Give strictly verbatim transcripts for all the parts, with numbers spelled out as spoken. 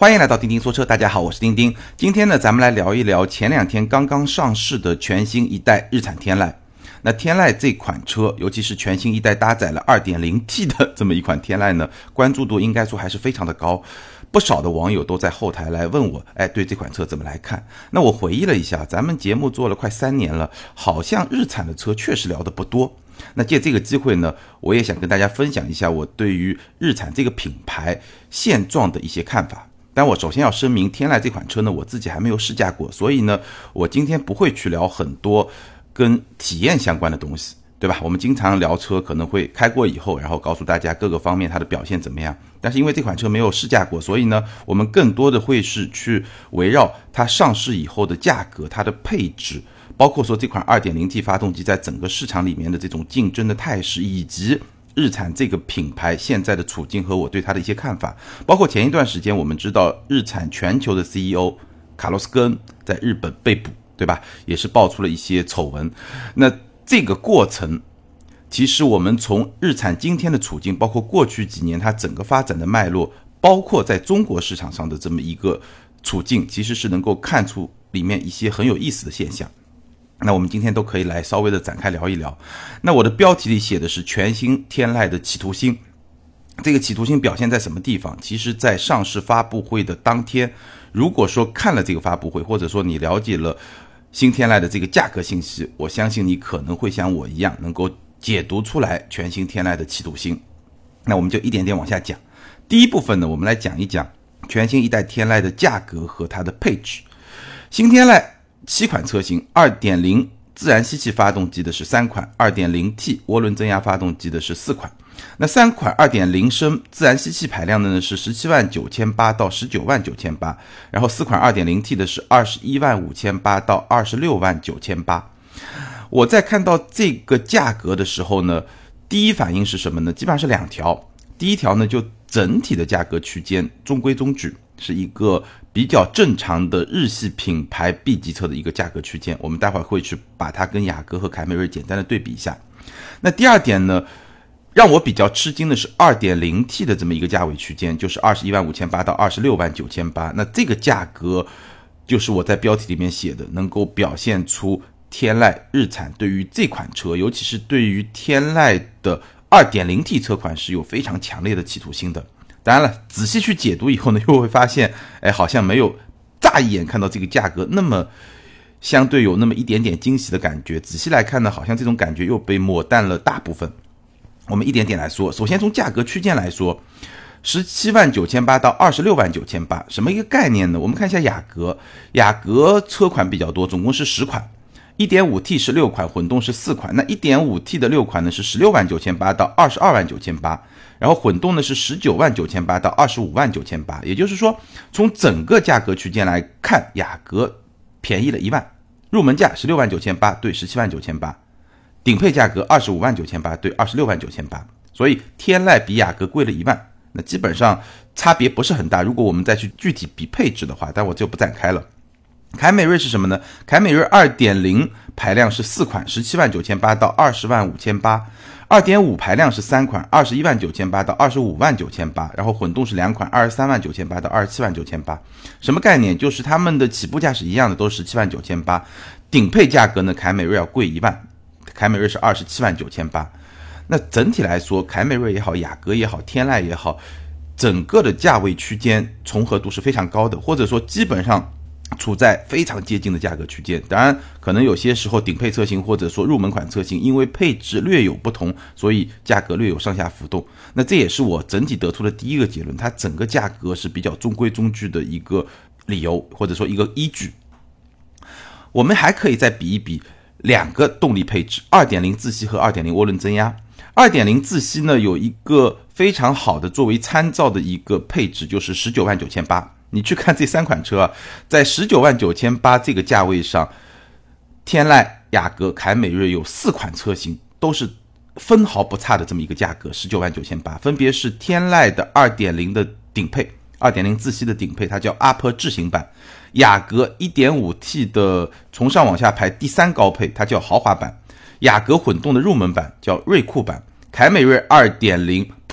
欢迎来到钉钉说车，大家好，我是钉钉。今天呢，咱们来聊一聊前两天刚刚上市的全新一代日产天籁。那天籁这款车，尤其是全新一代搭载了 二点零 T 的这么一款天籁呢，关注度应该说还是非常的高。不少的网友都在后台来问我，哎，对这款车怎么来看？那我回忆了一下，咱们节目做了快三年了，好像日产的车确实聊得不多。那借这个机会呢，我也想跟大家分享一下我对于日产这个品牌现状的一些看法。但我首先要声明，天籁这款车呢，我自己还没有试驾过，所以呢，我今天不会去聊很多跟体验相关的东西，对吧？我们经常聊车，可能会开过以后，然后告诉大家各个方面它的表现怎么样。但是因为这款车没有试驾过，所以呢，我们更多的会是去围绕它上市以后的价格、它的配置，包括说这款 二点零 T 发动机在整个市场里面的这种竞争的态势，以及日产这个品牌现在的处境和我对它的一些看法。包括前一段时间我们知道日产全球的 C E O 卡洛斯戈恩在日本被捕，对吧？也是爆出了一些丑闻。那这个过程其实我们从日产今天的处境，包括过去几年它整个发展的脉络，包括在中国市场上的这么一个处境，其实是能够看出里面一些很有意思的现象。那我们今天都可以来稍微的展开聊一聊。那我的标题里写的是全新天籁的企图心，这个企图心表现在什么地方？其实在上市发布会的当天，如果说看了这个发布会，或者说你了解了新天籁的这个价格信息，我相信你可能会像我一样能够解读出来全新天籁的企图心。那我们就一点点往下讲。第一部分呢，我们来讲一讲全新一代天籁的价格和它的配置。新天籁七款车型 二点零 自然吸气发动机的是三款， 二点零 T 涡轮增压发动机的是四款。那三款 二点零 升自然吸气排量的呢是十七万九千八到十九万九千八，然后四款 二点零 T 的是二十一万五千八到二十六万九千八。我在看到这个价格的时候呢，第一反应是什么呢？基本上是两条。第一条呢，就整体的价格区间中规中矩，是一个比较正常的日系品牌 B 级车的一个价格区间，我们待会儿会去把它跟雅阁和凯美瑞简单的对比一下。那第二点呢，让我比较吃惊的是 二点零 T 的这么一个价位区间，就是二十一万五千八到二十六万九千八。那这个价格就是我在标题里面写的，能够表现出天籁日产对于这款车，尤其是对于天籁的 二点零 T 车款是有非常强烈的企图心的。当然了，仔细去解读以后呢，又会发现，哎，好像没有乍一眼看到这个价格那么相对有那么一点点惊喜的感觉。仔细来看呢，好像这种感觉又被抹淡了大部分。我们一点点来说，首先从价格区间来说，十七万九千八到二十六万九千八，什么一个概念呢？我们看一下雅阁，雅阁车款比较多，总共是十款。一点五 T 是六款，混动是四款。那 一点五 T 的六款呢是十六万九千八到二十二万九千八，然后混动呢是十九万九千八到二十五万九千八。也就是说，从整个价格区间来看，雅阁便宜了一万，入门价十六万九千八对十七万九千八，顶配价格二十五万九千八对二十六万九千八。所以天籁比雅阁贵了一万，那基本上差别不是很大。如果我们再去具体比配置的话，但我就不展开了。凯美瑞是什么呢？凯美瑞 二点零 排量是四款，十七万九千八到二十万五千八。二点五 排量是三款，二十一万九千八到二十五万九千八，然后混动是两款，二十三万九千八到二十七万九千八。什么概念？就是他们的起步价是一样的，都是十七万九千八，顶配价格呢，凯美瑞要贵一万，凯美瑞是二十七万九千八。那整体来说，凯美瑞也好，雅阁也好，天籁也好，整个的价位区间重合度是非常高的，或者说基本上处在非常接近的价格区间。当然可能有些时候顶配车型或者说入门款车型因为配置略有不同，所以价格略有上下浮动。那这也是我整体得出的第一个结论，它整个价格是比较中规中矩的一个理由，或者说一个依据。我们还可以再比一比两个动力配置， 二点零 自吸和 二点零 涡轮增压。 二点零 自吸呢，有一个非常好的作为参照的一个配置，就是十九万九千八。你去看这三款车啊，在十九万九千八这个价位上，天籁、雅阁、凯美瑞有四款车型都是分毫不差的这么一个价格，十九万九千八，分别是天籁的 二点零 的顶配， 二点零 自吸的顶配，它叫 Upper 智行版；雅阁 一点五 T 的从上往下排第三高配，它叫豪华版；雅阁混动的入门版叫锐酷版；凯美瑞 二点零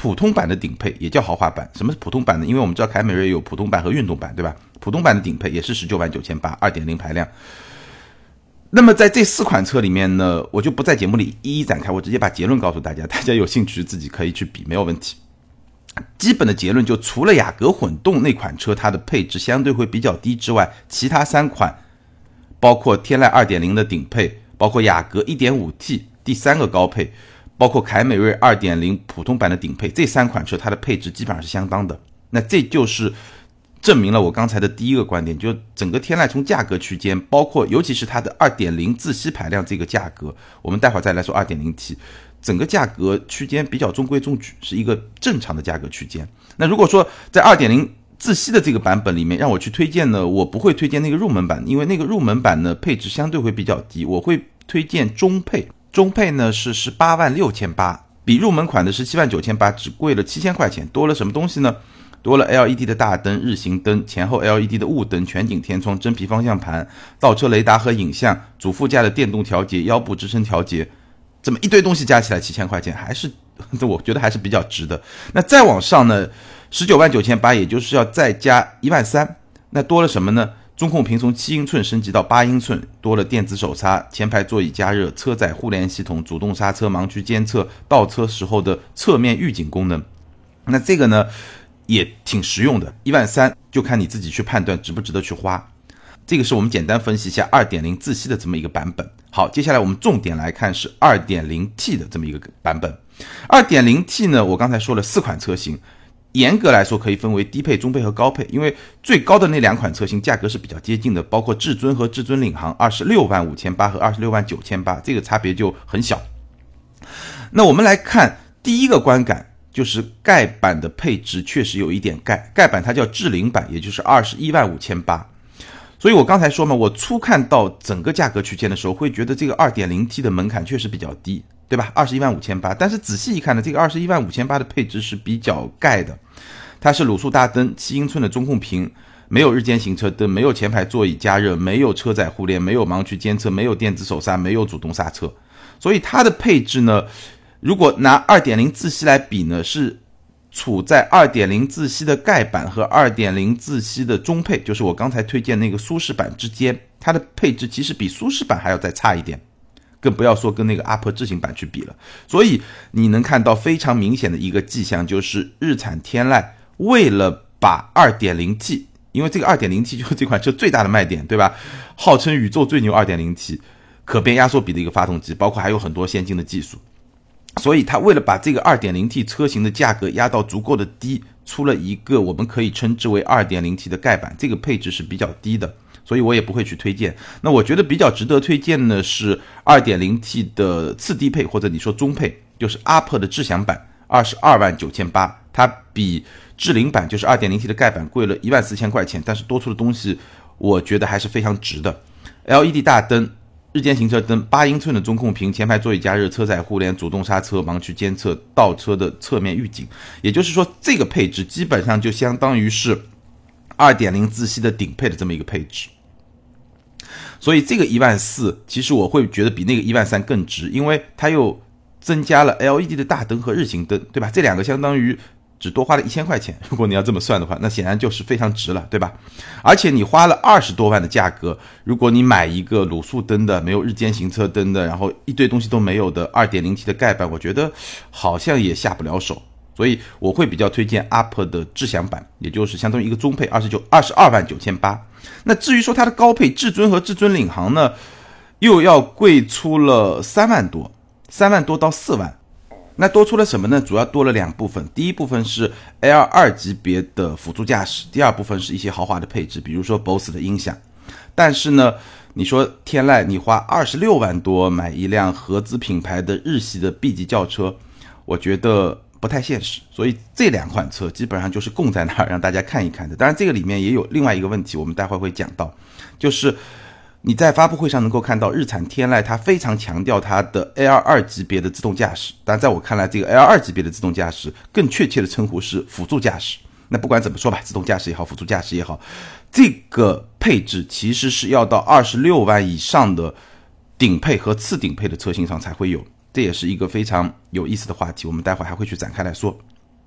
普通版的顶配也叫豪华版。什么是普通版呢？因为我们知道凯美瑞有普通版和运动版，对吧？普通版的顶配也是十九万九千八百 二点零 排量。那么在这四款车里面呢，我就不在节目里一一展开，我直接把结论告诉大家，大家有兴趣自己可以去比，没有问题。基本的结论就除了雅阁混动那款车它的配置相对会比较低之外，其他三款包括天籁 二点零 的顶配，包括雅阁 一点五 T 第三个高配，包括凯美瑞 二点零 普通版的顶配，这三款车它的配置基本上是相当的。那这就是证明了我刚才的第一个观点，就整个天籁从价格区间，包括尤其是它的 二点零 自吸排量这个价格，我们待会儿再来说 二点零 T， 整个价格区间比较中规中矩，是一个正常的价格区间。那如果说在 二点零 自吸的这个版本里面让我去推荐呢，我不会推荐那个入门版，因为那个入门版呢配置相对会比较低，我会推荐中配。中配呢是十八万六千八百，比入门款的十七万九千八百只贵了七千块钱，多了什么东西呢？多了 L E D 的大灯、日行灯、前后 L E D 的雾灯、全景天窗、真皮方向盘、倒车雷达和影像、主副驾的电动调节、腰部支撑调节，这么一堆东西加起来七千块钱，还是我觉得还是比较值的。那再往上呢，十九万九千八百，也就是要再加一万三，那多了什么呢？中控屏从七英寸升级到八英寸，多了电子手刹、前排座椅加热、车载互联系统、主动刹车、盲区监测、倒车时候的侧面预警功能。那这个呢也挺实用的，一万三就看你自己去判断值不值得去花。这个是我们简单分析一下 二点零 自吸的这么一个版本。好，接下来我们重点来看是 二点零 T 的这么一个版本。二点零 T 呢，我刚才说了四款车型，严格来说可以分为低配、中配和高配，因为最高的那两款车型价格是比较接近的，包括至尊和至尊领航，二十六万五千八百和二十六万九千八百，这个差别就很小。那我们来看第一个观感，就是盖板的配置确实有一点盖，盖板它叫智领版，也就是二十一万五千八百。所以我刚才说嘛，我初看到整个价格区间的时候，会觉得这个 二点零 T 的门槛确实比较低，对吧？二十一万五千八百，但是仔细一看呢，这个二十一万五千八百的配置是比较盖的。它是卤素大灯、七英寸的中控屏，没有日间行车灯，没有前排座椅加热，没有车载互联，没有盲区监测，没有电子手刹，没有主动刹车。所以它的配置呢，如果拿 二点零 自吸来比呢，是处在 二点零 自吸的盖板和 二点零 自吸的中配，就是我刚才推荐那个舒适版之间，它的配置其实比舒适版还要再差一点，更不要说跟那个 U P 智行版去比了。所以你能看到非常明显的一个迹象，就是日产天籁为了把 二点零 T， 因为这个 二点零 T 就是这款车最大的卖点，对吧？号称宇宙最牛 二点零 T， 可变压缩比的一个发动机，包括还有很多先进的技术。所以他为了把这个 二点零 T 车型的价格压到足够的低，出了一个我们可以称之为 二点零 T 的盖板，这个配置是比较低的，所以我也不会去推荐。那我觉得比较值得推荐的是 二点零 T 的次低配，或者你说中配，就是 U P 的智享版，二十二万九千八百，它比智领版就是 二点零 T 的盖板贵了一万四千块钱，但是多出的东西我觉得还是非常值的。 L E D 大灯、日间行车灯、八英寸的中控屏、前排座椅加热、车载互联、主动刹车、盲区监测、倒车的侧面预警，也就是说这个配置基本上就相当于是 二点零 自吸的顶配的这么一个配置。所以这个一万四其实我会觉得比那个一万三更值，因为它又增加了 L E D 的大灯和日行灯，对吧？这两个相当于只多花了一千块钱，如果你要这么算的话，那显然就是非常值了，对吧？而且你花了二十多万的价格，如果你买一个卤素灯的、没有日间行车灯的，然后一堆东西都没有的 二点零 T 的盖板，我觉得好像也下不了手。所以我会比较推荐 U P 的智享版，也就是相当于一个中配，二十九二十二万九千八。那至于说它的高配至尊和至尊领航呢，又要贵出了三万多，三万多到四万。那多出了什么呢？主要多了两部分，第一部分是 L 二 级别的辅助驾驶，第二部分是一些豪华的配置，比如说 B O S S 的音响。但是呢，你说天籁你花二十六万多买一辆合资品牌的日系的 B 级轿车，我觉得不太现实。所以这两款车基本上就是供在那儿让大家看一看的。当然这个里面也有另外一个问题，我们待会会讲到，就是你在发布会上能够看到日产天籁它非常强调它的 L 二 级别的自动驾驶，但在我看来这个 L 二 级别的自动驾驶更确切的称呼是辅助驾驶。那不管怎么说吧，自动驾驶也好，辅助驾驶也好，这个配置其实是要到二十六万以上的顶配和次顶配的车型上才会有，这也是一个非常有意思的话题，我们待会还会去展开来说。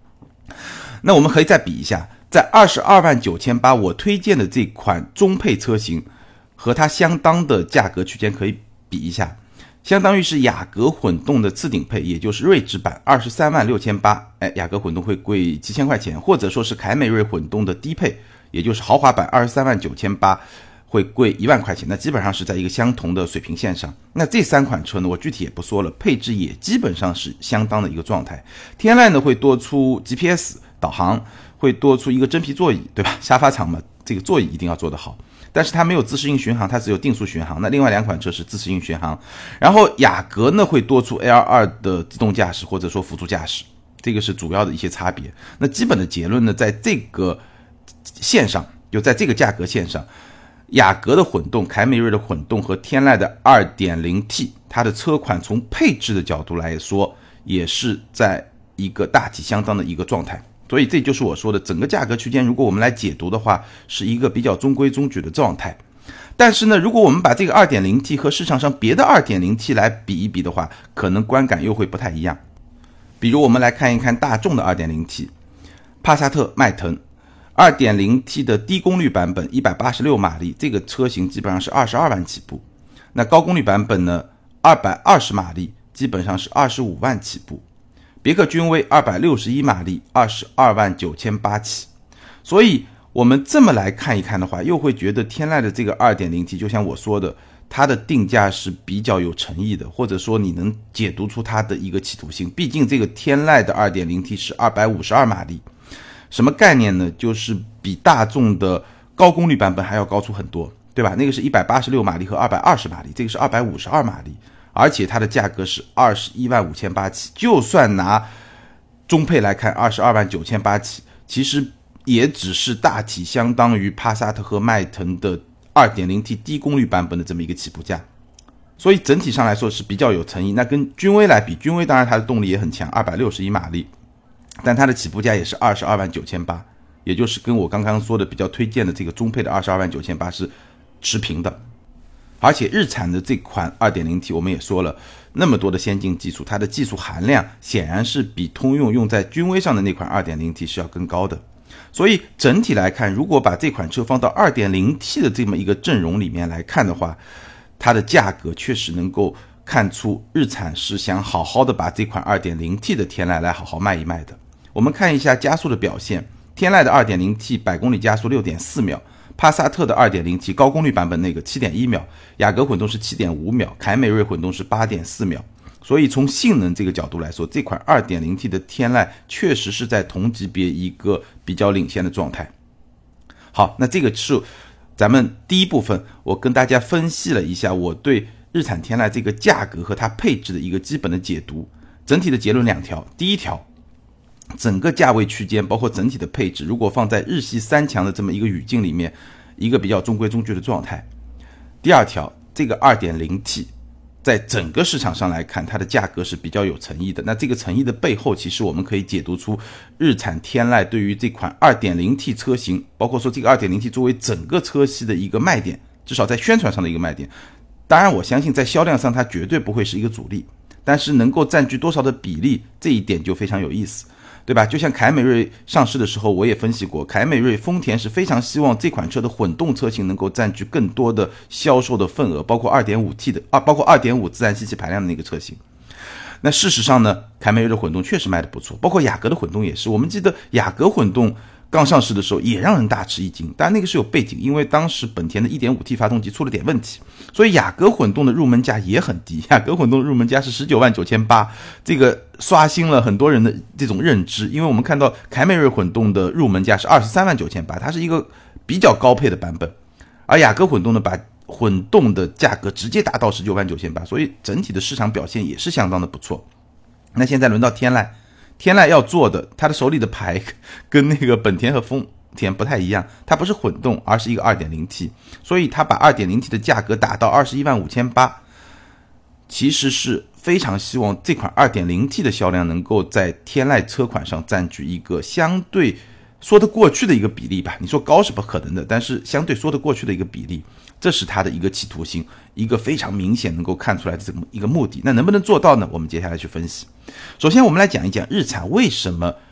那我们可以再比一下，在二十二万九千八我推荐的这款中配车型和它相当的价格区间可以比一下，相当于是雅阁混动的次顶配，也就是锐志版二十三万六千八，哎，雅阁混动会贵七千块钱，或者说是凯美瑞混动的低配，也就是豪华版二十三万九千八会贵一万块钱，那基本上是在一个相同的水平线上。那这三款车呢，我具体也不说了，配置也基本上是相当的一个状态。天籁呢会多出 G P S 导航，会多出一个真皮座椅，对吧？沙发厂嘛，这个座椅一定要做得好。但是它没有自适应巡航，它只有定速巡航。那另外两款车是自适应巡航。然后雅阁呢会多出 L 二 的自动驾驶或者说辅助驾驶，这个是主要的一些差别。那基本的结论呢，在这个线上，就在这个价格线上，雅阁的混动、凯美瑞的混动和天籁的 二点零 T， 它的车款从配置的角度来说，也是在一个大体相当的一个状态。所以这就是我说的整个价格区间，如果我们来解读的话，是一个比较中规中矩的状态。但是呢，如果我们把这个 二点零 T 和市场上别的 二点零 T 来比一比的话，可能观感又会不太一样。比如我们来看一看大众的 二点零 T， 帕萨特、迈腾 二点零 T 的低功率版本一百八十六马力，这个车型基本上是二十二万起步。那高功率版本呢，二百二十马力，基本上是二十五万起步。别克君威二百六十一马力，二十二万九千八起。所以我们这么来看一看的话，又会觉得天籁的这个 二点零 T 就像我说的，它的定价是比较有诚意的，或者说你能解读出它的一个企图性。毕竟这个天籁的 二点零 T 是二百五十二马力，什么概念呢？就是比大众的高功率版本还要高出很多，对吧？那个是一百八十六马力和二百二十马力，这个是二百五十二马力。而且它的价格是二十一万五千八起，就算拿中配来看二十二万九千八起，其实也只是大体相当于帕萨特和迈腾的 二点零 T 低功率版本的这么一个起步价。所以整体上来说是比较有诚意。那跟君威来比，君威当然它的动力也很强，二百六十一马力，但它的起步价也是二十二万九千八，也就是跟我刚刚说的比较推荐的这个中配的二十二万九千八是持平的。而且日产的这款 二点零 T 我们也说了，那么多的先进技术，它的技术含量显然是比通用用在君威上的那款 二点零 T 是要更高的。所以整体来看，如果把这款车放到 二点零 T 的这么一个阵容里面来看的话，它的价格确实能够看出日产是想好好的把这款 二点零 T 的天籁来好好卖一卖的。我们看一下加速的表现，天籁的 二点零 T 百公里加速 六点四秒，帕萨特的 二点零 T 高功率版本那个 七点一秒，雅阁混动是 七点五秒，凯美瑞混动是 八点四秒。所以从性能这个角度来说，这款 二点零 T 的天籁确实是在同级别一个比较领先的状态。好，那这个是咱们第一部分，我跟大家分析了一下我对日产天籁这个价格和它配置的一个基本的解读。整体的结论两条，第一条，整个价位区间包括整体的配置，如果放在日系三强的这么一个语境里面，一个比较中规中矩的状态。第二条，这个 二点零 T 在整个市场上来看，它的价格是比较有诚意的。那这个诚意的背后，其实我们可以解读出日产天籁对于这款 二点零 T 车型，包括说这个 二点零 T 作为整个车系的一个卖点，至少在宣传上的一个卖点。当然我相信在销量上它绝对不会是一个主力，但是能够占据多少的比例，这一点就非常有意思，对吧？就像凯美瑞上市的时候，我也分析过，凯美瑞丰田是非常希望这款车的混动车型能够占据更多的销售的份额，包括 二点五 T 的啊，包括 二点五 自然吸气排量的那个车型。那事实上呢，凯美瑞的混动确实卖得不错，包括雅阁的混动也是。我们记得雅阁混动刚上市的时候也让人大吃一惊，当然那个是有背景，因为当时本田的 一点五 T 发动机出了点问题，所以雅阁混动的入门价也很低，雅阁混动的入门价是十九万九千八，这个刷新了很多人的这种认知。因为我们看到凯美瑞混动的入门价是二十三万九千八，它是一个比较高配的版本，而雅阁混动呢把混动的价格直接达到十九万九千八，所以整体的市场表现也是相当的不错。那现在轮到天籁，天籁要做的，他的手里的牌跟那个本田和丰田不太一样，它不是混动，而是一个 二点零 T， 所以他把 二点零 T 的价格打到二十一万五千八，其实是非常希望这款 二点零 T 的销量能够在天籁车款上占据一个相对说得过去的一个比例吧。你说高是不可能的，但是相对说得过去的一个比例，这是他的一个企图心，一个非常明显能够看出来的这么一个目的。那能不能做到呢？我们接下来去分析。首先我们来讲一讲日产为什么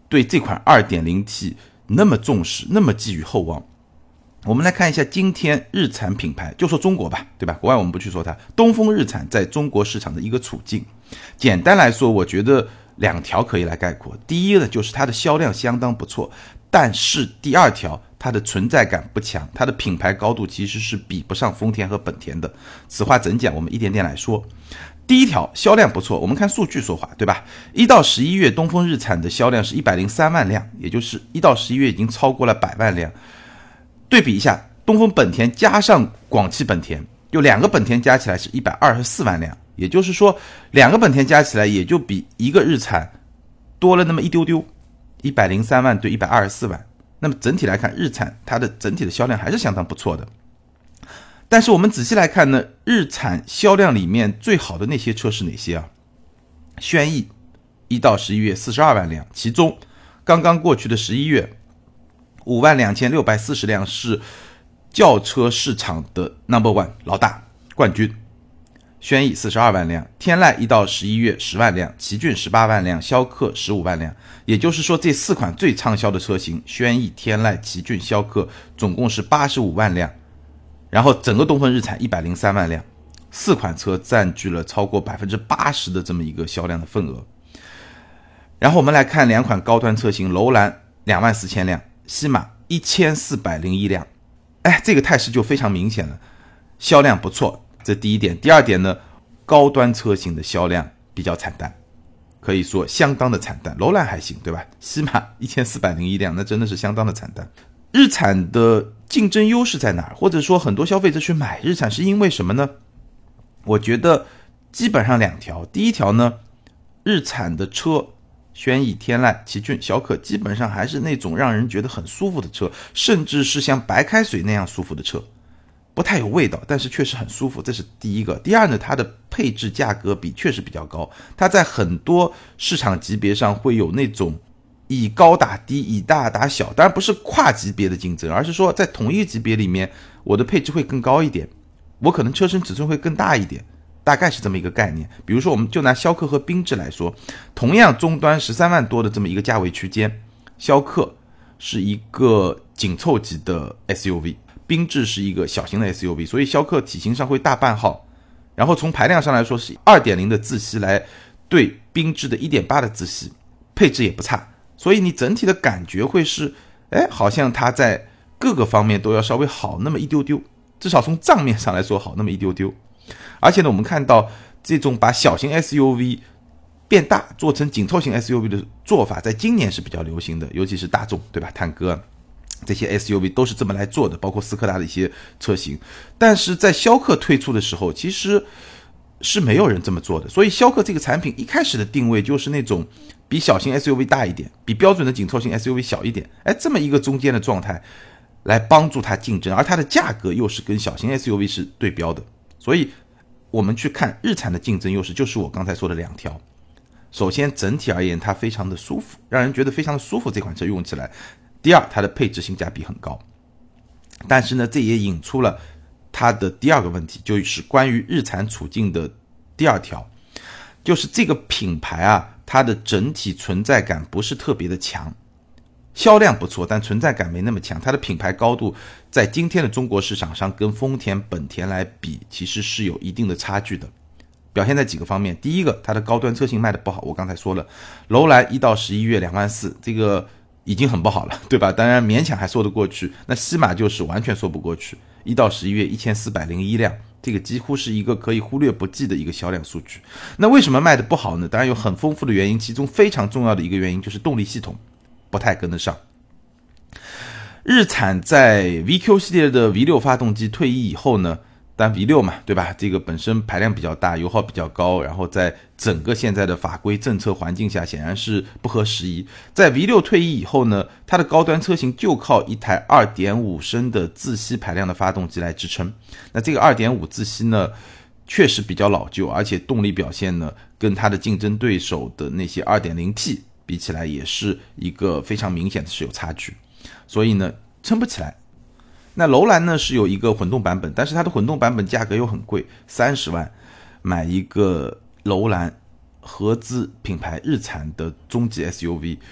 对这款 二点零 T 那么重视，那么寄予厚望。我们来看一下今天日产品牌，就说中国吧，对吧？国外我们不去说它，东风日产在中国市场的一个处境。简单来说，我觉得两条可以来概括。第一呢，就是它的销量相当不错，但是第二条，它的存在感不强，它的品牌高度其实是比不上丰田和本田的。此话怎讲？我们一点点来说。第一条，销量不错，我们看数据说话，对吧？一到十一月，东风日产的销量是一百零三万辆，也就是一到十一月已经超过了百万辆。对比一下，东风本田加上广汽本田，就两个本田加起来是一百二十四万辆，也就是说，两个本田加起来也就比一个日产多了那么一丢丢，一百零三万对一百二十四万。那么整体来看，日产它的整体的销量还是相当不错的。但是我们仔细来看呢，日产销量里面最好的那些车是哪些啊？轩逸一到十一月四十二万辆，其中刚刚过去的十一月五万两千六百四十辆是轿车市场的 number one 老大冠军。轩逸四十二万辆，天籁一到十一月十万辆，奇骏十八万辆，逍客十五万辆。也就是说，这四款最畅销的车型，轩逸、天籁、奇骏、逍客，总共是八十五万辆。然后整个东风日产一百零三万辆，四款车占据了超过 百分之八十 的这么一个销量的份额。然后我们来看两款高端车型，楼兰两万四千辆，西马一千四百零一辆。哎，这个态势就非常明显了，销量不错，这第一点。第二点呢，高端车型的销量比较惨淡，可以说相当的惨淡。楼兰还行，对吧？西马一千四百零一辆，那真的是相当的惨淡。日产的竞争优势在哪儿？或者说很多消费者去买日产是因为什么呢？我觉得基本上两条。第一条呢，日产的车轩逸、天籁、奇骏、逍客基本上还是那种让人觉得很舒服的车，甚至是像白开水那样舒服的车，不太有味道，但是确实很舒服，这是第一个。第二呢，它的配置价格比确实比较高，它在很多市场级别上会有那种以高打低，以大打小，当然不是跨级别的竞争，而是说在同一个级别里面，我的配置会更高一点，我可能车身尺寸会更大一点，大概是这么一个概念。比如说我们就拿逍客和缤智来说，同样终端十三万多的这么一个价位区间，逍客是一个紧凑级的 S U V， 缤智是一个小型的 S U V， 所以逍客体型上会大半号，然后从排量上来说是 二点零 的自吸来对缤智的 一点八 的自吸，配置也不差，所以你整体的感觉会是，哎，好像它在各个方面都要稍微好那么一丢丢，至少从账面上来说好那么一丢丢。而且呢，我们看到这种把小型 S U V 变大做成紧凑型 S U V 的做法，在今年是比较流行的，尤其是大众，对吧？探戈这些 S U V 都是这么来做的，包括斯柯达的一些车型。但是在逍客推出的时候，其实是没有人这么做的，所以逍客这个产品一开始的定位就是那种比小型 S U V 大一点，比标准的紧凑型 S U V 小一点，哎，这么一个中间的状态来帮助它竞争，而它的价格又是跟小型 S U V 是对标的。所以我们去看日产的竞争优势，就是我刚才说的两条。首先整体而言它非常的舒服，让人觉得非常的舒服，这款车用起来。第二，它的配置性价比很高。但是呢，这也引出了它的第二个问题，就是关于日产处境的第二条，就是这个品牌啊，它的整体存在感不是特别的强，销量不错，但存在感没那么强。它的品牌高度在今天的中国市场上跟丰田、本田来比，其实是有一定的差距的。表现在几个方面，第一个，它的高端车型卖的不好，我刚才说了，楼兰一到十一月两万四，这个已经很不好了，对吧？当然勉强还说得过去。那西马就是完全说不过去，一到十一月一千四百零一辆，这个几乎是一个可以忽略不计的一个销量数据。那为什么卖的不好呢？当然有很丰富的原因，其中非常重要的一个原因就是动力系统不太跟得上。日产在 V Q 系列的 V 六 发动机退役以后呢，但 V 六 嘛，对吧？这个本身排量比较大，油耗比较高，然后在整个现在的法规政策环境下，显然是不合时宜。在 V 六 退役以后呢，它的高端车型就靠一台 二点五 升的自吸排量的发动机来支撑。那这个 二点五 自吸呢，确实比较老旧，而且动力表现呢，跟它的竞争对手的那些 二点零 T 比起来，也是一个非常明显的是有差距，所以呢，撑不起来。那楼兰呢是有一个混动版本，但是它的混动版本价格又很贵，三十万买一个楼兰合资品牌日产的中级 S U V，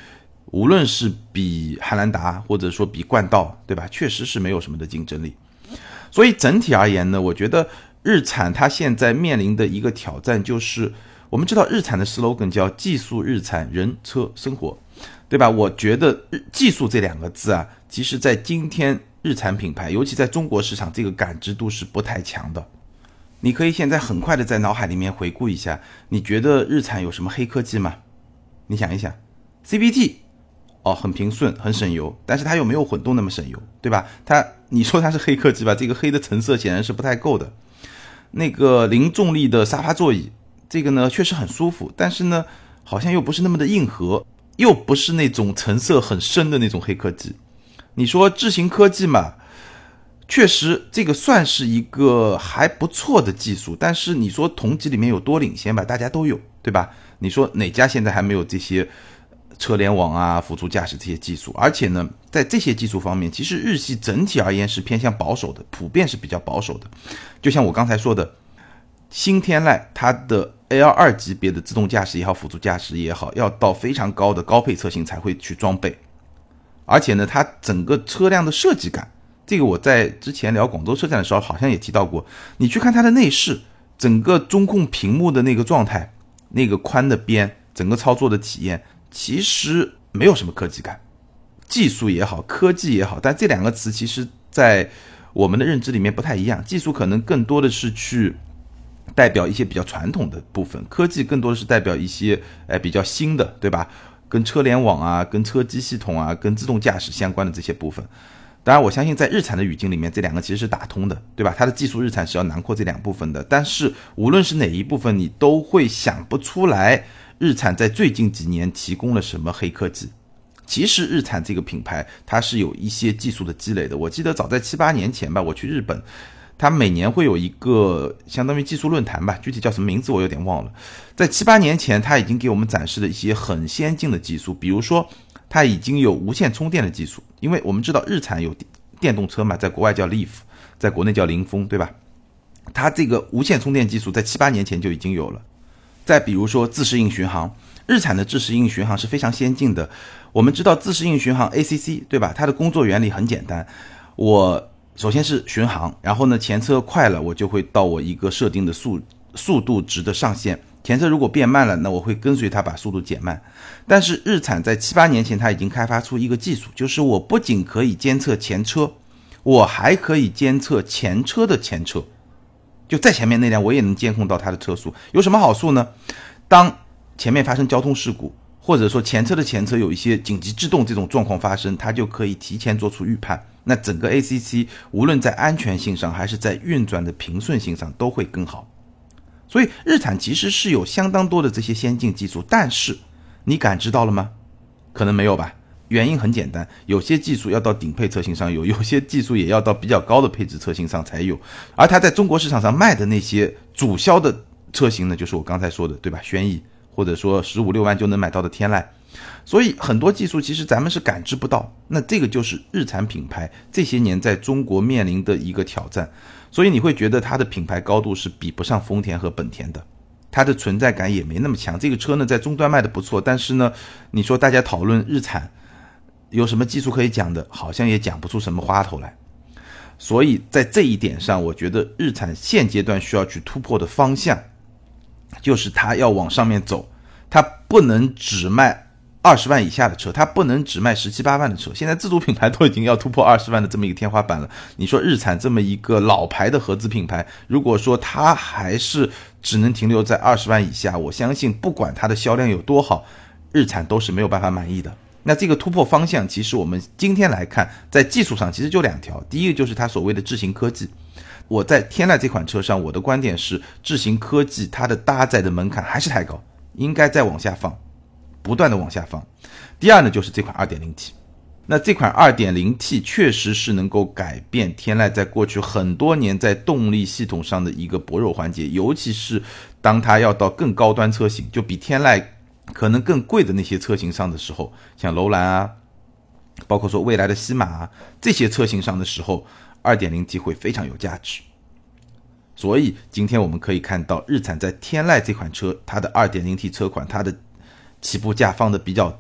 无论是比汉兰达或者说比冠道，对吧，确实是没有什么的竞争力。所以整体而言呢，我觉得日产它现在面临的一个挑战就是，我们知道日产的 slogan 叫技术日产人车生活，对吧？我觉得技术这两个字啊，其实在今天日产品牌，尤其在中国市场，这个感知度是不太强的。你可以现在很快的在脑海里面回顾一下，你觉得日产有什么黑科技吗？你想一想 C V T 哦，很平顺很省油，但是它又没有混动那么省油，对吧？它你说它是黑科技吧，这个黑的成色显然是不太够的。那个零重力的沙发座椅，这个呢确实很舒服，但是呢好像又不是那么的硬核，又不是那种成色很深的那种黑科技。你说智行科技嘛，确实这个算是一个还不错的技术，但是你说同级里面有多领先吧，大家都有，对吧？你说哪家现在还没有这些车联网啊、辅助驾驶这些技术？而且呢，在这些技术方面，其实日系整体而言是偏向保守的，普遍是比较保守的。就像我刚才说的，新天籁它的 L 二 级别的自动驾驶也好，辅助驾驶也好，要到非常高的高配车型才会去装备。而且呢，它整个车辆的设计感，这个我在之前聊广州车展的时候好像也提到过，你去看它的内饰，整个中控屏幕的那个状态，那个宽的边，整个操作的体验，其实没有什么科技感。技术也好，科技也好，但这两个词其实在我们的认知里面不太一样。技术可能更多的是去代表一些比较传统的部分，科技更多的是代表一些呃比较新的，对吧？跟车联网啊，跟车机系统啊，跟自动驾驶相关的这些部分。当然我相信在日产的语境里面，这两个其实是打通的，对吧？它的技术日产是要囊括这两部分的，但是无论是哪一部分，你都会想不出来日产在最近几年提供了什么黑科技。其实日产这个品牌它是有一些技术的积累的，我记得早在七八年前吧，我去日本，它每年会有一个相当于技术论坛吧，具体叫什么名字我有点忘了。在七八年前，它已经给我们展示了一些很先进的技术，比如说它已经有无线充电的技术，因为我们知道日产有电动车嘛，在国外叫 Leaf， 在国内叫凌风，对吧？它这个无线充电技术在七八年前就已经有了。再比如说自适应巡航，日产的自适应巡航是非常先进的。我们知道自适应巡航 A C C， 对吧？它的工作原理很简单，我首先是巡航，然后呢前车快了，我就会到我一个设定的速速度值的上限，前车如果变慢了，那我会跟随它把速度减慢。但是日产在七八年前它已经开发出一个技术，就是我不仅可以监测前车，我还可以监测前车的前车，就在前面那辆我也能监控到它的车速。有什么好处呢？当前面发生交通事故，或者说前车的前车有一些紧急制动这种状况发生，它就可以提前做出预判。那整个 A C C 无论在安全性上还是在运转的平顺性上都会更好。所以日产其实是有相当多的这些先进技术，但是你感知到了吗？可能没有吧。原因很简单，有些技术要到顶配车型上有，有些技术也要到比较高的配置车型上才有。而它在中国市场上卖的那些主销的车型呢，就是我刚才说的，对吧？轩逸，或者说十五六万就能买到的天籁。所以很多技术其实咱们是感知不到，那这个就是日产品牌这些年在中国面临的一个挑战。所以你会觉得它的品牌高度是比不上丰田和本田的，它的存在感也没那么强。这个车呢在终端卖的不错，但是呢你说大家讨论日产有什么技术可以讲的，好像也讲不出什么花头来。所以在这一点上，我觉得日产现阶段需要去突破的方向就是它要往上面走，它不能只卖二十万以下的车，它不能只卖十七八万的车。现在自主品牌都已经要突破二十万的这么一个天花板了，你说日产这么一个老牌的合资品牌，如果说它还是只能停留在二十万以下，我相信不管它的销量有多好，日产都是没有办法满意的。那这个突破方向其实我们今天来看，在技术上其实就两条，第一个就是它所谓的智行科技。我在天籁这款车上，我的观点是智行科技它的搭载的门槛还是太高，应该再往下放，不断的往下放。第二呢，就是这款 二点零 T。 那这款 二点零 T 确实是能够改变天籁在过去很多年在动力系统上的一个薄弱环节，尤其是当它要到更高端车型，就比天籁可能更贵的那些车型上的时候，像楼兰啊，包括说未来的西马啊，这些车型上的时候 二点零 T 会非常有价值。所以今天我们可以看到日产在天籁这款车，它的 二点零 T 车款，它的起步价放的比较低，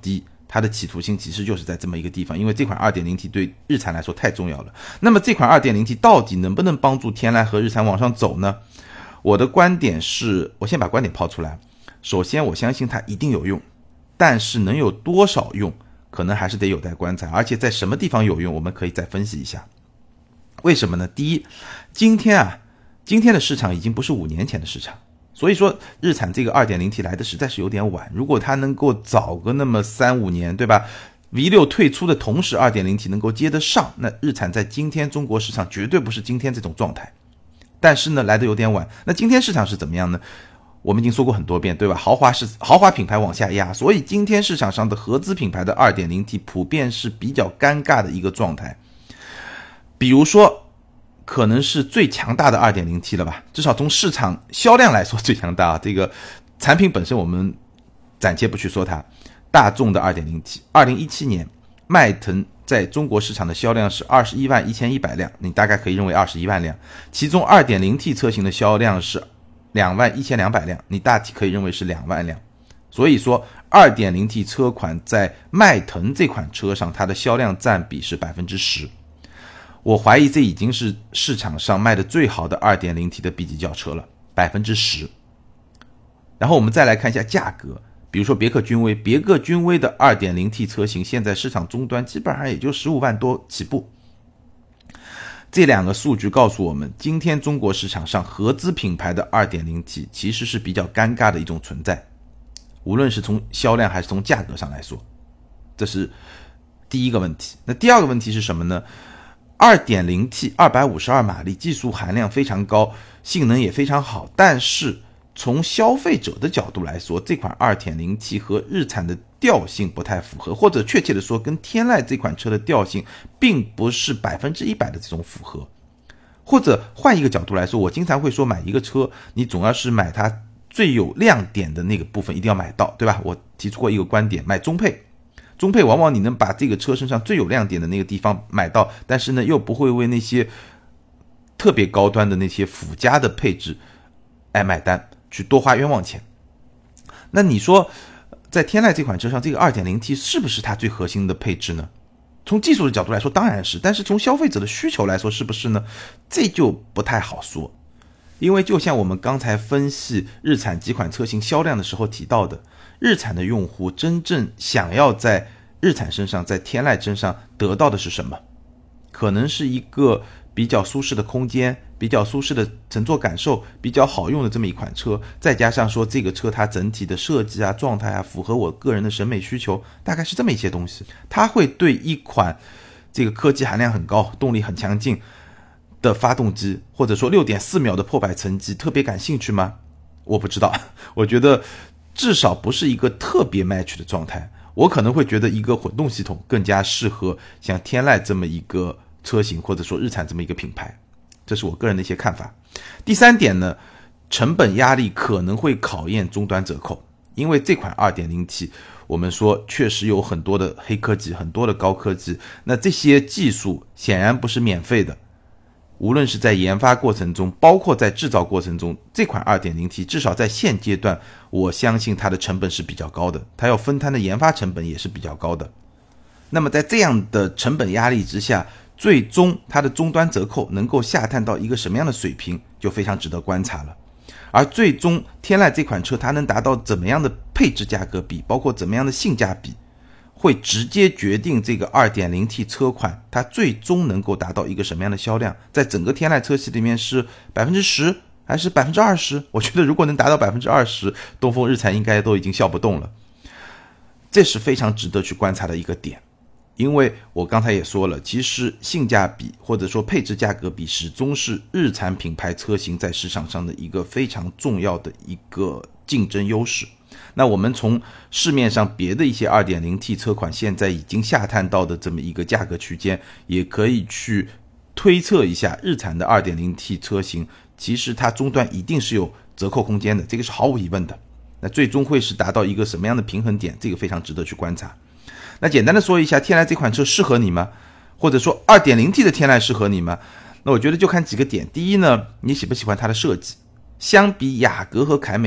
它的企图心其实就是在这么一个地方，因为这款 二点零 T 对日产来说太重要了。那么这款 二点零 T 到底能不能帮助天籁和日产往上走呢？我的观点是，我先把观点抛出来。首先我相信它一定有用，但是能有多少用可能还是得有待观察，而且在什么地方有用我们可以再分析一下。为什么呢？第一，今天啊今天的市场已经不是五年前的市场，所以说日产这个 二点零 T 来的实在是有点晚，如果它能够早个那么三五年，对吧？ V 六 退出的同时 二点零 T 能够接得上，那日产在今天中国市场绝对不是今天这种状态。但是呢来得有点晚。那今天市场是怎么样呢？我们已经说过很多遍，对吧？豪华是豪华品牌往下压，所以今天市场上的合资品牌的 二点零 T 普遍是比较尴尬的一个状态。比如说可能是最强大的 二点零 T 了吧，至少从市场销量来说最强大啊。这个产品本身我们暂且不去说它。大众的 二点零 T 二零一七年迈腾在中国市场的销量是二十一万一千一百辆，你大概可以认为二十一万辆，其中 二点零 T 车型的销量是两万一千两百辆，你大体可以认为是两万辆。所以说 二点零 T 车款在迈腾这款车上它的销量占比是 百分之十， 我怀疑这已经是市场上卖的最好的 二点零 T 的 B 级轿车了， 百分之十。 然后我们再来看一下价格，比如说别克君威，别克君威的 二点零 T 车型现在市场终端基本上也就十五万多起步。这两个数据告诉我们，今天中国市场上合资品牌的 二点零 T 其实是比较尴尬的一种存在，无论是从销量还是从价格上来说，这是第一个问题。那第二个问题是什么呢？ 二点零 T 二百五十二马力，技术含量非常高，性能也非常好，但是从消费者的角度来说，这款 二点零 T 和日产的调性不太符合，或者确切的说跟天籁这款车的调性并不是百分之百的这种符合。或者换一个角度来说，我经常会说买一个车你总要是买它最有亮点的那个部分一定要买到，对吧？我提出过一个观点，买中配，中配往往你能把这个车身上最有亮点的那个地方买到，但是呢又不会为那些特别高端的那些附加的配置爱买单，去多花冤枉钱。那你说在天籁这款车上，这个 二点零 T 是不是它最核心的配置呢？从技术的角度来说当然是，但是从消费者的需求来说是不是呢？这就不太好说。因为就像我们刚才分析日产几款车型销量的时候提到的，日产的用户真正想要在日产身上在天籁身上得到的是什么？可能是一个比较舒适的空间，比较舒适的乘坐感受，比较好用的这么一款车，再加上说这个车它整体的设计啊状态啊符合我个人的审美需求，大概是这么一些东西。它会对一款这个科技含量很高动力很强劲的发动机，或者说 六点四秒的破百成绩特别感兴趣吗？我不知道，我觉得至少不是一个特别 match 的状态。我可能会觉得一个混动系统更加适合像天籁这么一个车型，或者说日产这么一个品牌，这是我个人的一些看法。第三点呢，成本压力可能会考验终端折扣，因为这款 二点零 T 我们说确实有很多的黑科技，很多的高科技，那这些技术显然不是免费的，无论是在研发过程中，包括在制造过程中，这款 二点零 T 至少在现阶段我相信它的成本是比较高的，它要分摊的研发成本也是比较高的。那么在这样的成本压力之下，最终它的终端折扣能够下探到一个什么样的水平，就非常值得观察了。而最终天籁这款车它能达到怎么样的配置价格比，包括怎么样的性价比，会直接决定这个 二点零 T 车款它最终能够达到一个什么样的销量，在整个天籁车系里面是 百分之十 还是 百分之二十？ 我觉得如果能达到 百分之二十， 东风日产应该都已经笑不动了。这是非常值得去观察的一个点。因为我刚才也说了，其实性价比或者说配置价格比始终是日产品牌车型在市场上的一个非常重要的一个竞争优势。那我们从市面上别的一些 二点零 T 车款现在已经下探到的这么一个价格区间，也可以去推测一下日产的 二点零 T 车型其实它终端一定是有折扣空间的，这个是毫无疑问的。那最终会是达到一个什么样的平衡点，这个非常值得去观察。那简单的说一下，天籁这款车适合你吗？或者说 二点零 T 的天籁适合你吗？那我觉得就看几个点。第一呢，你喜不喜欢它的设计？相比雅阁和凯美瑞，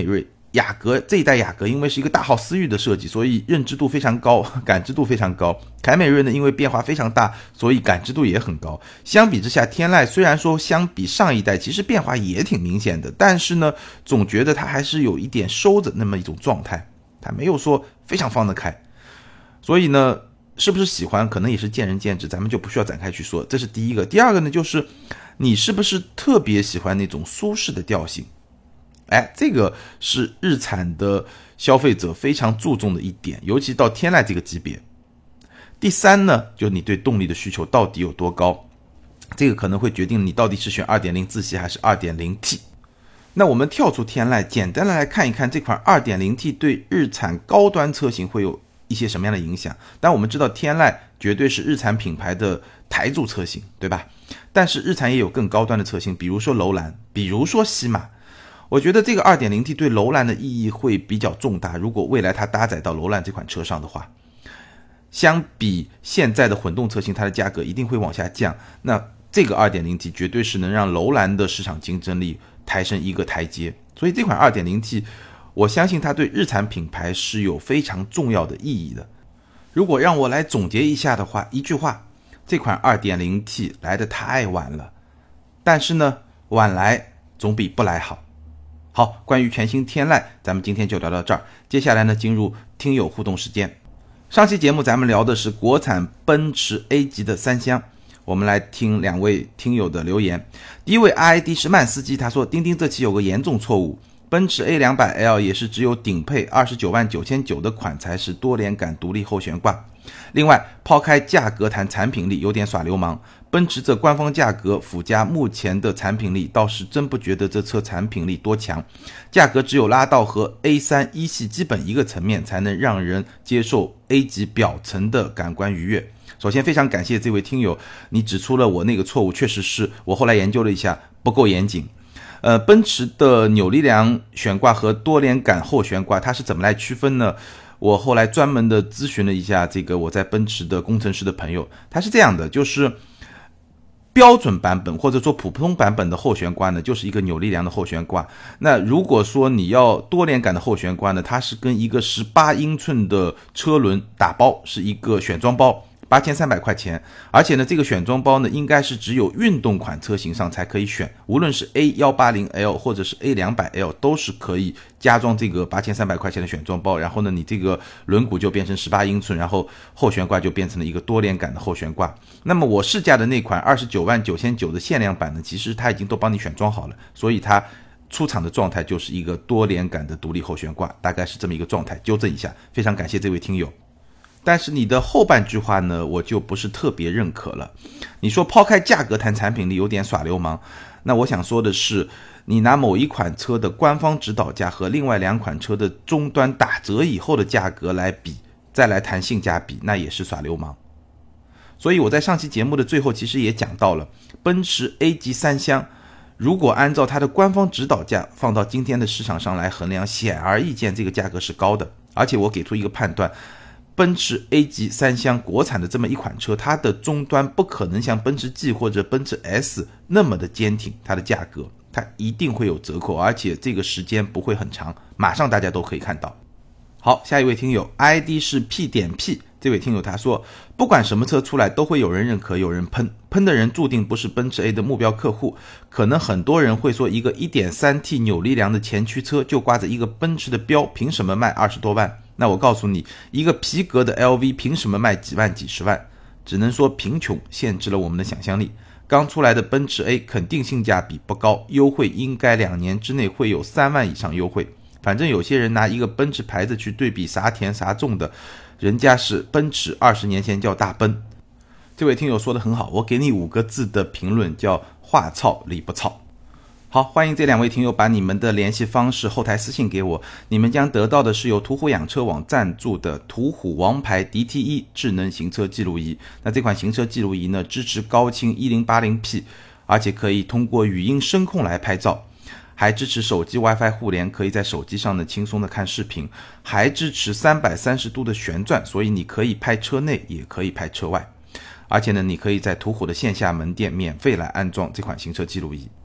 雅阁这一代雅阁因为是一个大号思域的设计，所以认知度非常高，感知度非常高。凯美瑞呢，因为变化非常大，所以感知度也很高。相比之下，天籁虽然说相比上一代其实变化也挺明显的，但是呢，总觉得它还是有一点收着那么一种状态，它没有说非常放得开。所以呢，是不是喜欢可能也是见仁见智，咱们就不需要展开去说。这是第一个。第二个呢，就是你是不是特别喜欢那种舒适的调性？哎，这个是日产的消费者非常注重的一点，尤其到天籁这个级别。第三呢，就是你对动力的需求到底有多高，这个可能会决定你到底是选 二点零 自吸还是 二点零 T。 那我们跳出天籁，简单的来看一看这款 二点零 T 对日产高端车型会有一些什么样的影响。但我们知道天籁绝对是日产品牌的台柱车型，对吧？但是日产也有更高端的车型，比如说楼兰，比如说禧玛。我觉得这个 二点零 T 对楼兰的意义会比较重大，如果未来它搭载到楼兰这款车上的话，相比现在的混动车型，它的价格一定会往下降。那这个 二点零 T 绝对是能让楼兰的市场竞争力抬升一个台阶。所以这款 二点零 T 我相信它对日产品牌是有非常重要的意义的。如果让我来总结一下的话，一句话，这款 二点零 T 来得太晚了，但是呢，晚来总比不来好。好，关于全新天籁咱们今天就聊到这儿，接下来呢进入听友互动时间。上期节目咱们聊的是国产奔驰 A 级的三厢，我们来听两位听友的留言。第一位 R I D 是慢司机，他说丁丁这期有个严重错误，奔驰 A 两百 L 也是只有顶配二十九万九千九的款才是多连杆独立后悬挂。另外抛开价格谈产品力有点耍流氓，奔驰这官方价格附加目前的产品力，倒是真不觉得这车产品力多强，价格只有拉到和 A 三 一系基本一个层面，才能让人接受 A 级表层的感官愉悦。首先非常感谢这位听友，你指出了我那个错误，确实是我后来研究了一下不够严谨。呃，奔驰的扭力梁悬挂和多连杆后悬挂它是怎么来区分呢？我后来专门的咨询了一下这个我在奔驰的工程师的朋友，他是这样的，就是标准版本或者说普通版本的后悬挂呢，就是一个扭力梁的后悬挂。那如果说你要多连杆的后悬挂呢，它是跟一个十八英寸的车轮打包，是一个选装包，八千三百块钱。而且呢，这个选装包呢，应该是只有运动款车型上才可以选，无论是 A 一八零 L 或者是 A 两百 L 都是可以加装这个八千三百块钱的选装包。然后呢，你这个轮毂就变成十八英寸，然后后悬挂就变成了一个多连杆的后悬挂。那么我试驾的那款二十九万九千九的限量版呢，其实它已经都帮你选装好了，所以它出厂的状态就是一个多连杆的独立后悬挂，大概是这么一个状态，纠正一下，非常感谢这位听友。但是你的后半句话呢，我就不是特别认可了。你说抛开价格谈产品力有点耍流氓，那我想说的是，你拿某一款车的官方指导价和另外两款车的终端打折以后的价格来比，再来谈性价比，那也是耍流氓。所以我在上期节目的最后其实也讲到了，奔驰 A 级三厢如果按照它的官方指导价放到今天的市场上来衡量，显而易见这个价格是高的。而且我给出一个判断，奔驰 A 级三厢国产的这么一款车，它的终端不可能像奔驰 G 或者奔驰 S 那么的坚挺，它的价格它一定会有折扣，而且这个时间不会很长，马上大家都可以看到。好，下一位听友 I D 是 P 点 P， 这位听友他说，不管什么车出来都会有人认可有人喷，喷的人注定不是奔驰 A 的目标客户。可能很多人会说，一个 一点三 T 扭力梁的前驱车就挂着一个奔驰的标，凭什么卖二十多万？那我告诉你，一个皮革的 L V 凭什么卖几万几十万？只能说贫穷限制了我们的想象力。刚出来的奔驰 A 肯定性价比不高，优惠应该两年之内会有三万以上优惠。反正有些人拿一个奔驰牌子去对比啥甜啥重的，人家是奔驰二十年前叫大奔。这位听友说的很好，我给你五个字的评论，叫话糙理不糙。好，欢迎这两位听友把你们的联系方式后台私信给我，你们将得到的是由途虎养车网赞助的途虎王牌 D T 一 智能行车记录仪。那这款行车记录仪呢，支持高清 一零八零 P， 而且可以通过语音声控来拍照，还支持手机 WiFi 互联，可以在手机上呢轻松的看视频，还支持三百三十度的旋转，所以你可以拍车内也可以拍车外。而且呢，你可以在途虎的线下门店免费来安装这款行车记录仪。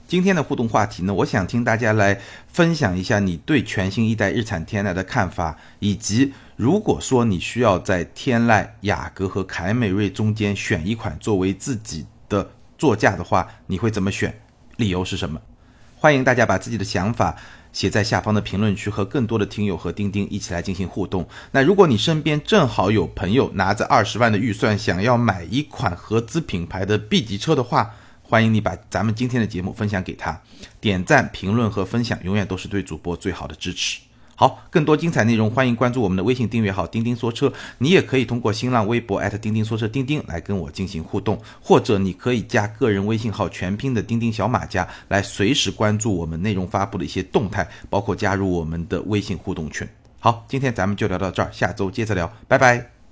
今天的互动话题呢，我想听大家来分享一下你对全新一代日产天籁的看法，以及如果说你需要在天籁、雅阁和凯美瑞中间选一款作为自己的座驾的话，你会怎么选？理由是什么？欢迎大家把自己的想法写在下方的评论区，和更多的听友和钉钉一起来进行互动。那如果你身边正好有朋友拿着二十万的预算想要买一款合资品牌的 B 级车的话，欢迎你把咱们今天的节目分享给他，点赞、评论和分享永远都是对主播最好的支持。好，更多精彩内容欢迎关注我们的微信订阅号钉钉说车，你也可以通过新浪微博 at 钉钉说车钉钉来跟我进行互动，或者你可以加个人微信号全拼的钉钉小马甲来随时关注我们内容发布的一些动态，包括加入我们的微信互动群。好，今天咱们就聊到这儿，下周接着聊，拜拜。